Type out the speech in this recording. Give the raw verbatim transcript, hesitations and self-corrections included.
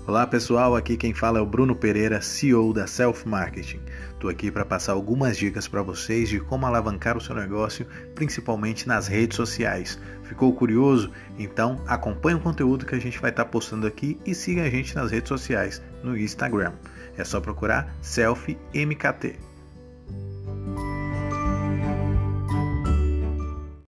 Olá pessoal, aqui quem fala é o Bruno Pereira, C E O da Self Marketing. Estou aqui para passar algumas dicas para vocês de como alavancar o seu negócio, principalmente nas redes sociais. Ficou curioso? Então acompanhe o conteúdo que a gente vai estar postando aqui e siga a gente nas redes sociais, no Instagram. É só procurar Self M K T.